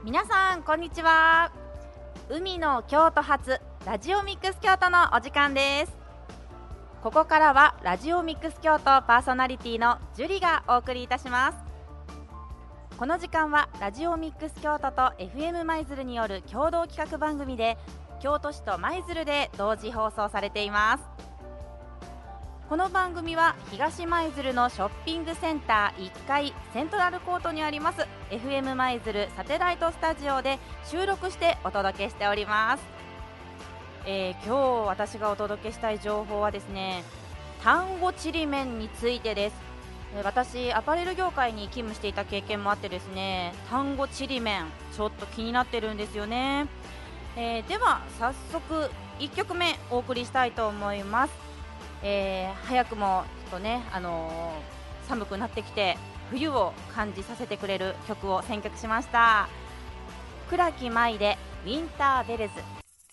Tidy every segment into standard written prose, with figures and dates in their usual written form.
皆さんこんにちは。海の京都発ラジオミックス京都のお時間です。ここからはラジオミックス京都パーソナリティのジュリがお送りいたします。この時間はラジオミックス京都と FM 舞鶴による共同企画番組で、京都市と舞鶴で同時放送されています。この番組は東舞鶴のショッピングセンター1階セントラルコートにあります FM 舞鶴サテライトスタジオで収録してお届けしております。今日私がお届けしたい情報はですね、丹後ちりめんについてです。私アパレル業界に勤務していた経験もあってですね、丹後ちりめんちょっと気になってるんですよね。では早速1曲目お送りしたいと思います。早くもちょっとね、寒くなってきて冬を感じさせてくれる曲を選曲しました。倉木舞でウィンターベルズ。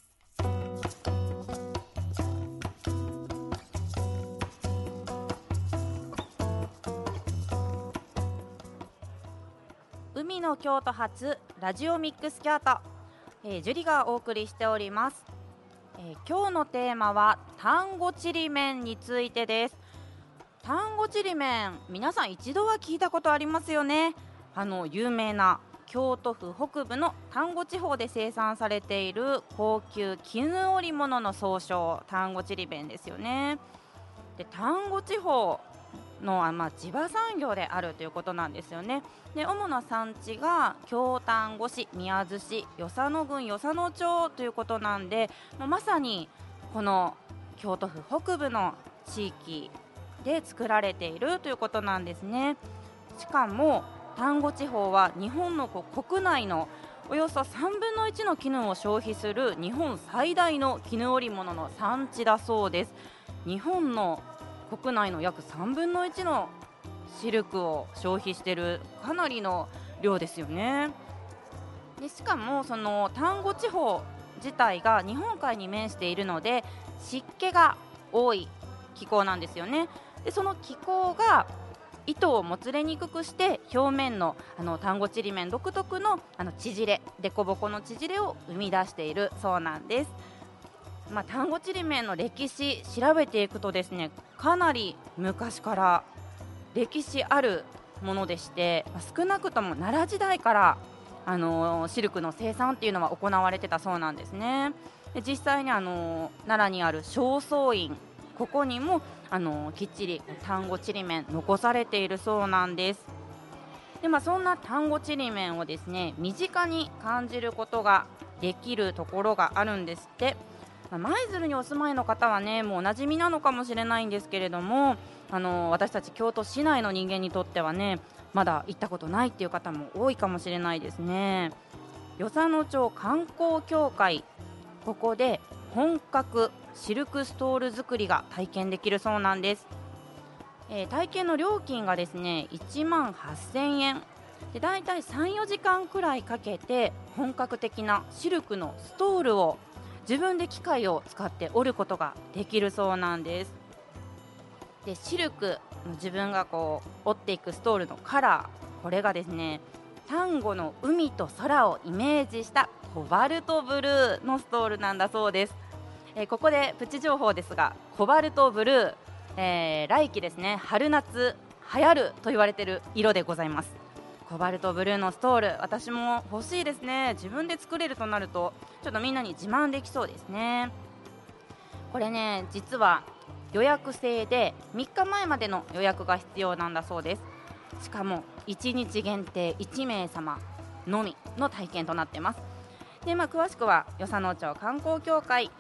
海の京都発ラジオミックス京都、ジュリがお送りしております。今日のテーマは丹後ちりめんについてです。丹後ちりめん、皆さん一度は聞いたことありますよね。有名な京都府北部の丹後地方で生産されている高級絹織物の総称、丹後ちりめんですよね。で、丹後地方の地場産業であるということなんですよね。で、主な産地が京丹後市、宮津市、与謝野郡与謝野町ということなんで、もうまさにこの京都府北部の地域で作られているということなんですね。しかも丹後地方は日本の国内のおよそ3分の1の絹を消費する日本最大の絹織物の産地だそうです。日本の国内の約3分の1のシルクを消費しているかなりの量ですよね。で、しかもその丹後地方自体が日本海に面しているので湿気が多い気候なんですよね。で、その気候が糸をもつれにくくして表面の丹後ちりめん独特の縮れ、でこぼこの縮れを生み出しているそうなんです。丹後ちりめんの歴史調べていくとですね、かなり昔から歴史あるものでして、少なくとも奈良時代からシルクの生産っていうのは行われてたそうなんですね。で、実際に奈良にある正倉院、ここにもきっちり丹後ちりめん残されているそうなんです。で、そんな丹後ちりめんをですね、身近に感じることができるところがあるんですって。舞鶴にお住まいの方はね、もうおなじみなのかもしれないんですけれども、私たち京都市内の人間にとってはね、まだ行ったことないっていう方も多いかもしれないですね。与謝野町観光協会、ここで本格シルクストール作りが体験できるそうなんです。体験の料金がですね1万8000円で、だいたい 3,4 時間くらいかけて本格的なシルクのストールを自分で機械を使って織ることができるそうなんです。で、シルクの自分が織っていくストールのカラー、これがですね丹後の海と空をイメージしたコバルトブルーのストールなんだそうです。ここでプチ情報ですが、コバルトブルー、来季ですね、春夏流行ると言われている色でございます。コバルトブルーのストール、私も欲しいですね。自分で作れるとなるとちょっとみんなに自慢できそうですね。これね、実は予約制で3日前までの予約が必要なんだそうです。しかも1日限定1名様のみの体験となっています。で、詳しくは与謝野町観光協会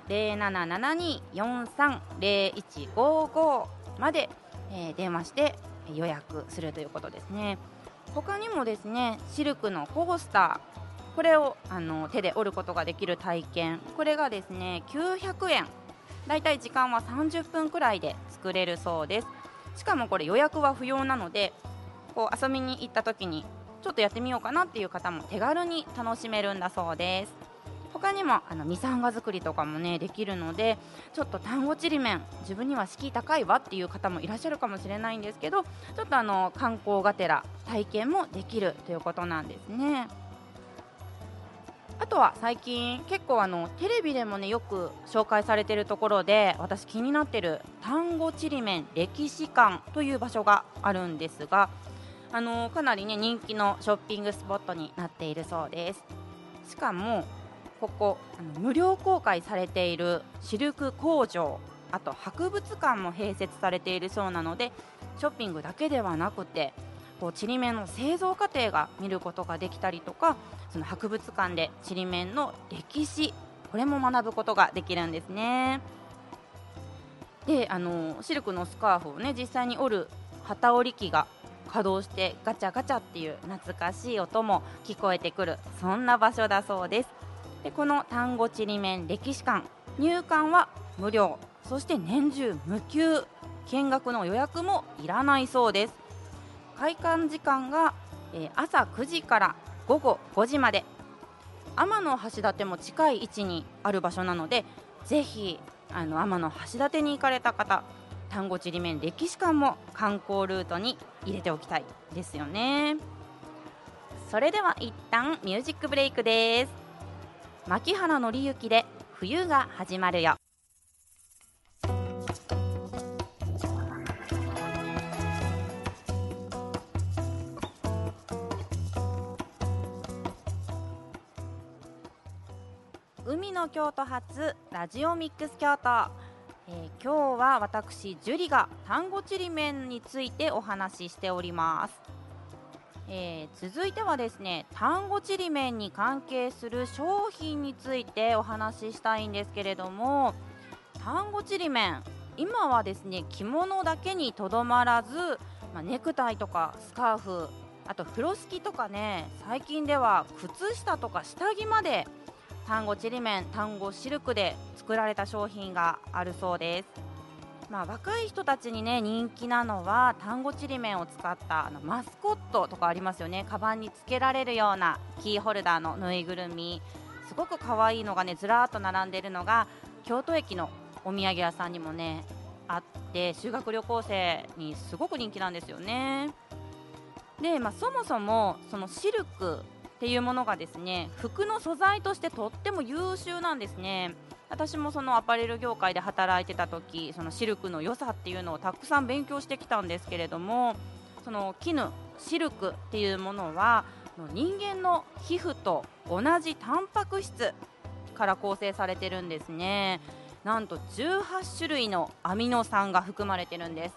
0772430155 まで、電話して予約するということですね。他にもですね、シルクのコースター、これを手で織ることができる体験、これがですね900円、だいたい時間は30分くらいで作れるそうです。しかもこれ予約は不要なので、遊びに行った時にちょっとやってみようかなっていう方も手軽に楽しめるんだそうです。他にもミサンガ作りとかもねできるので、ちょっと丹後ちりめん自分には敷居高いわっていう方もいらっしゃるかもしれないんですけど、ちょっと観光がてら体験もできるということなんですね。 とは最近結構テレビでもねよく紹介されているところで、私気になっている丹後ちりめん歴史館という場所があるんですが、かなりね人気のショッピングスポットになっているそうです。しかもここ無料公開されているシルク工場、あと博物館も併設されているそうなので、ショッピングだけではなくてこうちりめんの製造過程が見ることができたりとか、その博物館でちりめんの歴史、これも学ぶことができるんですね。でシルクのスカーフをね実際に織る機織り機が稼働してガチャガチャっていう懐かしい音も聞こえてくる、そんな場所だそうです。でこの丹後ちりめん歴史館、入館は無料、そして年中無休、見学の予約もいらないそうです。開館時間が、朝9時から午後5時まで、天橋立も近い位置にある場所なので、ぜひ天橋立に行かれた方、丹後ちりめん歴史館も観光ルートに入れておきたいですよね。それでは一旦ミュージックブレイクです。牧原紀之で冬が始まるよ。海の京都発ラジオミックス京都、今日は私ジュリが丹後ちりめんについてお話ししております。続いてはですね、丹後ちりめんに関係する商品についてお話ししたいんですけれども、丹後ちりめん、今はですね着物だけにとどまらず、ネクタイとかスカーフ、あと風呂敷とかね、最近では靴下とか下着まで丹後ちりめん、丹後シルクで作られた商品があるそうです。若い人たちにね人気なのは丹後ちりめんを使ったマスコットとかありますよね。カバンにつけられるようなキーホルダーのぬいぐるみ、すごく可愛いのがねずらーっと並んでいるのが京都駅のお土産屋さんにもねあって、修学旅行生にすごく人気なんですよね。で、そもそもそのシルクっていうものがですね、服の素材としてとっても優秀なんですね。私もそのアパレル業界で働いてた時、そのシルクの良さっていうのをたくさん勉強してきたんですけれども、その絹シルクっていうものは人間の皮膚と同じタンパク質から構成されてるんですね。なんと18種類のアミノ酸が含まれてるんです。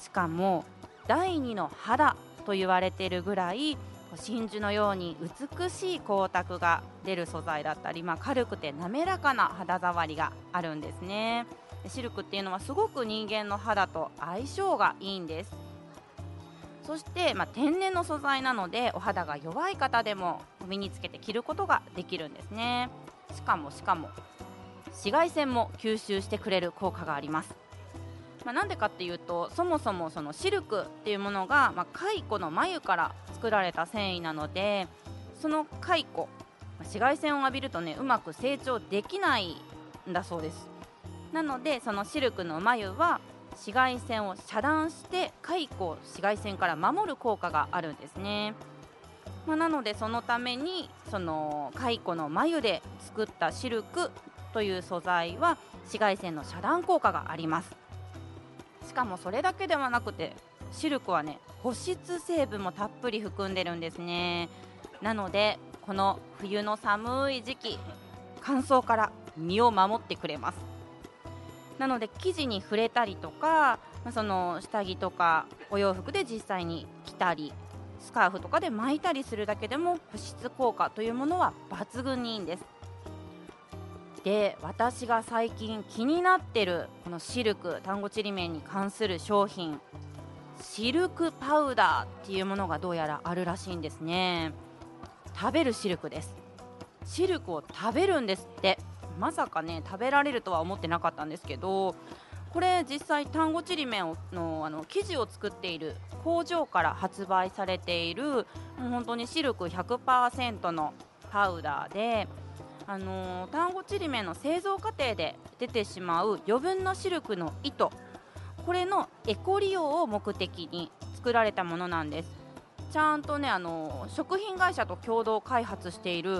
しかも第二の肌と言われているぐらい真珠のように美しい光沢が出る素材だったり、軽くて滑らかな肌触りがあるんですね。シルクっていうのはすごく人間の肌と相性がいいんです。そして、天然の素材なのでお肌が弱い方でも身につけて着ることができるんですね。しかも紫外線も吸収してくれる効果があります。なんでかっていうと、そもそもそのシルクっていうものが、蚕の繭から作られた繊維なので、その蚕、紫外線を浴びるとねうまく成長できないんだそうです。なのでそのシルクの繭は紫外線を遮断して蚕を紫外線から守る効果があるんですね。なのでそのためにその蚕の繭で作ったシルクという素材は紫外線の遮断効果があります。しかもそれだけではなくて、シルクはね保湿成分もたっぷり含んでるんですね。なのでこの冬の寒い時期、乾燥から身を守ってくれます。なので生地に触れたりとか、その下着とかお洋服で実際に着たり、スカーフとかで巻いたりするだけでも保湿効果というものは抜群にいいんです。で、私が最近気になってるこのシルク、丹後ちりめんに関する商品、シルクパウダーっていうものがどうやらあるらしいんですね。食べるシルクです。シルクを食べるんですって。まさかね食べられるとは思ってなかったんですけど、これ実際丹後ちりめんの生地を作っている工場から発売されている、もう本当にシルク 100% のパウダーで、丹後ちりめんの製造過程で出てしまう余分なシルクの糸、これのエコ利用を目的に作られたものなんです。ちゃんとね食品会社と共同開発している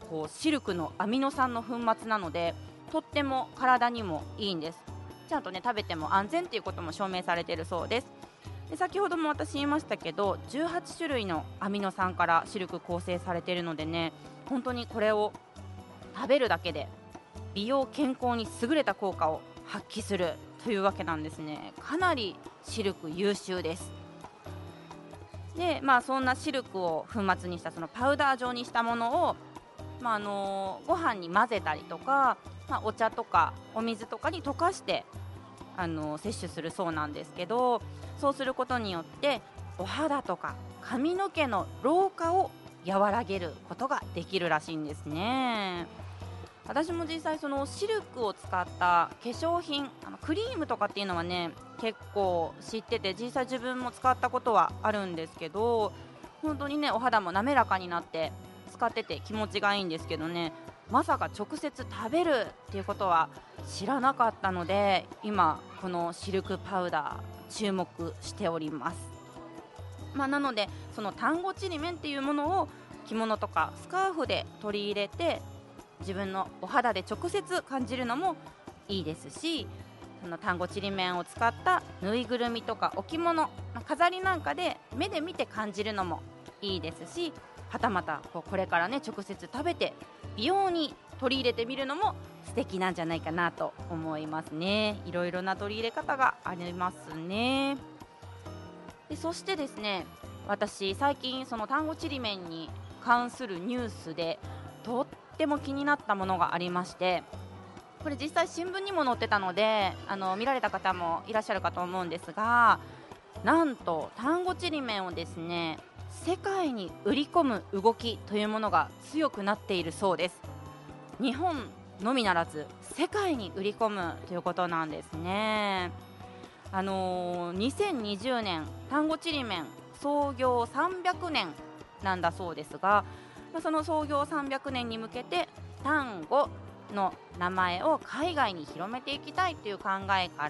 こうシルクのアミノ酸の粉末なので、とっても体にもいいんです。ちゃんとね食べても安全ということも証明されているそうです。で先ほども私言いましたけど、18種類のアミノ酸からシルク構成されているのでね、本当にこれを食べるだけで美容健康に優れた効果を発揮するというわけなんですね。かなりシルク優秀です。で、そんなシルクを粉末にしたそのパウダー状にしたものを、ご飯に混ぜたりとか、お茶とかお水とかに溶かして摂取するそうなんですけど、そうすることによってお肌とか髪の毛の老化を和らげることができるらしいんですね。私も実際そのシルクを使った化粧品、クリームとかっていうのはね結構知ってて、実際自分も使ったことはあるんですけど、本当にねお肌も滑らかになって使ってて気持ちがいいんですけどね、まさか直接食べるっていうことは知らなかったので、今このシルクパウダー注目しております。なのでその丹後ちりめんっていうものを着物とかスカーフで取り入れて、自分のお肌で直接感じるのもいいですし、その丹後ちりめんを使ったぬいぐるみとか置物、飾りなんかで目で見て感じるのもいいですし、はたまたこれからね直接食べて美容に取り入れてみるのも素敵なんじゃないかなと思いますね。いろいろな取り入れ方がありますね。でそしてですね、私最近その丹後ちりめんに関するニュースでとっても気になったものがありまして、これ実際新聞にも載ってたので見られた方もいらっしゃるかと思うんですが、なんと丹後ちりめんをですね世界に売り込む動きというものが強くなっているそうです。日本のみならず世界に売り込むということなんですね。2020年丹後ちりめん創業300年なんだそうですが、その創業300年に向けて丹後の名前を海外に広めていきたいという考えから、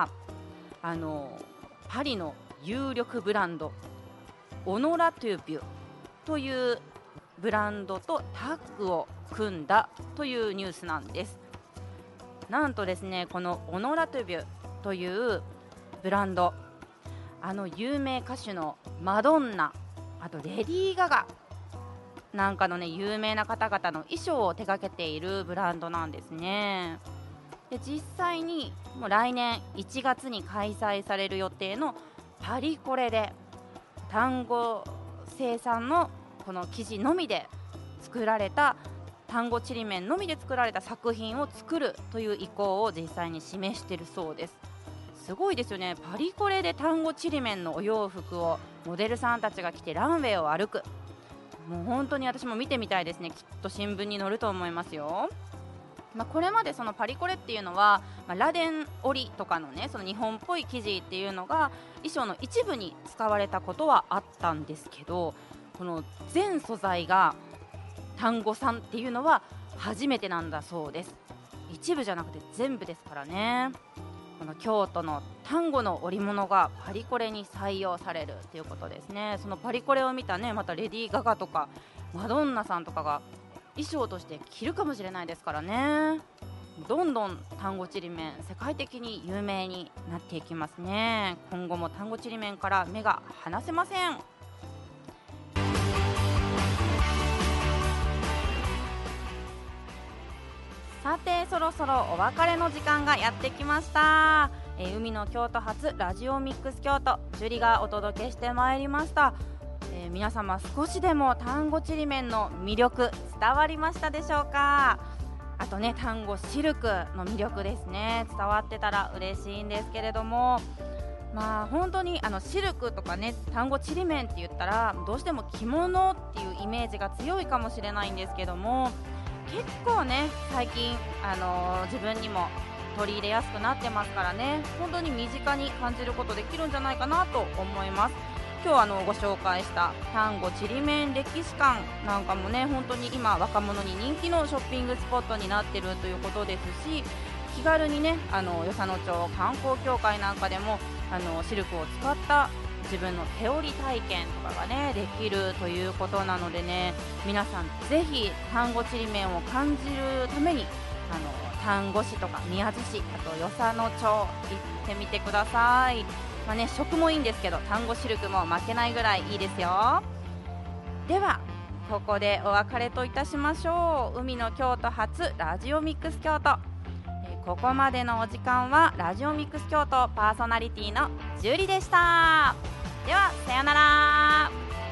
パリの有力ブランドオノラトゥビュというブランドとタッグを組んだというニュースなんです。なんとですね、このオノラトゥビュというブランド、有名歌手のマドンナ、あとレディー・ガガなんかのね有名な方々の衣装を手掛けているブランドなんですね。で実際にもう来年1月に開催される予定のパリコレで丹後生産のこの生地のみで作られた丹後ちりめんのみで作られた作品を作るという意向を実際に示しているそうです。すごいですよね。パリコレで丹後ちりめんのお洋服をモデルさんたちが着てランウェイを歩く、もう本当に私も見てみたいですね。きっと新聞に載ると思いますよ。これまでそのパリコレっていうのは、螺鈿織とかのねその日本っぽい生地っていうのが衣装の一部に使われたことはあったんですけど、この全素材が丹後産っていうのは初めてなんだそうです。一部じゃなくて全部ですからね。この京都の丹後の織物がパリコレに採用されるということですね。そのパリコレを見たねまたレディー・ガガとかマドンナさんとかが衣装として着るかもしれないですからね。どんどん丹後ちりめん世界的に有名になっていきますね。今後も丹後ちりめんから目が離せません。さてそろそろお別れの時間がやってきました。海の京都発ラジオミックス京都ジュリがお届けしてまいりました。皆様少しでも丹後ちりめんの魅力伝わりましたでしょうか。あとね丹後シルクの魅力ですね、伝わってたら嬉しいんですけれども、本当にシルクとかね丹後ちりめんって言ったらどうしても着物っていうイメージが強いかもしれないんですけども、結構ね最近自分にも取り入れやすくなってますからね、本当に身近に感じることできるんじゃないかなと思います。今日ご紹介した丹後ちりめん歴史館なんかもね本当に今若者に人気のショッピングスポットになってるということですし、気軽にね与謝野町観光協会なんかでもシルクを使った自分の手織り体験とかがねできるということなのでね、皆さんぜひ丹後ちりめんを感じるために丹後市とか宮津市、あと与謝野町行ってみてください。食もいいんですけど、丹後シルクも負けないぐらいいいですよ。ではここでお別れといたしましょう。海の京都発ラジオミックス京都、ここまでのお時間はラジオミックス京都パーソナリティのジュリでした。ではさようなら。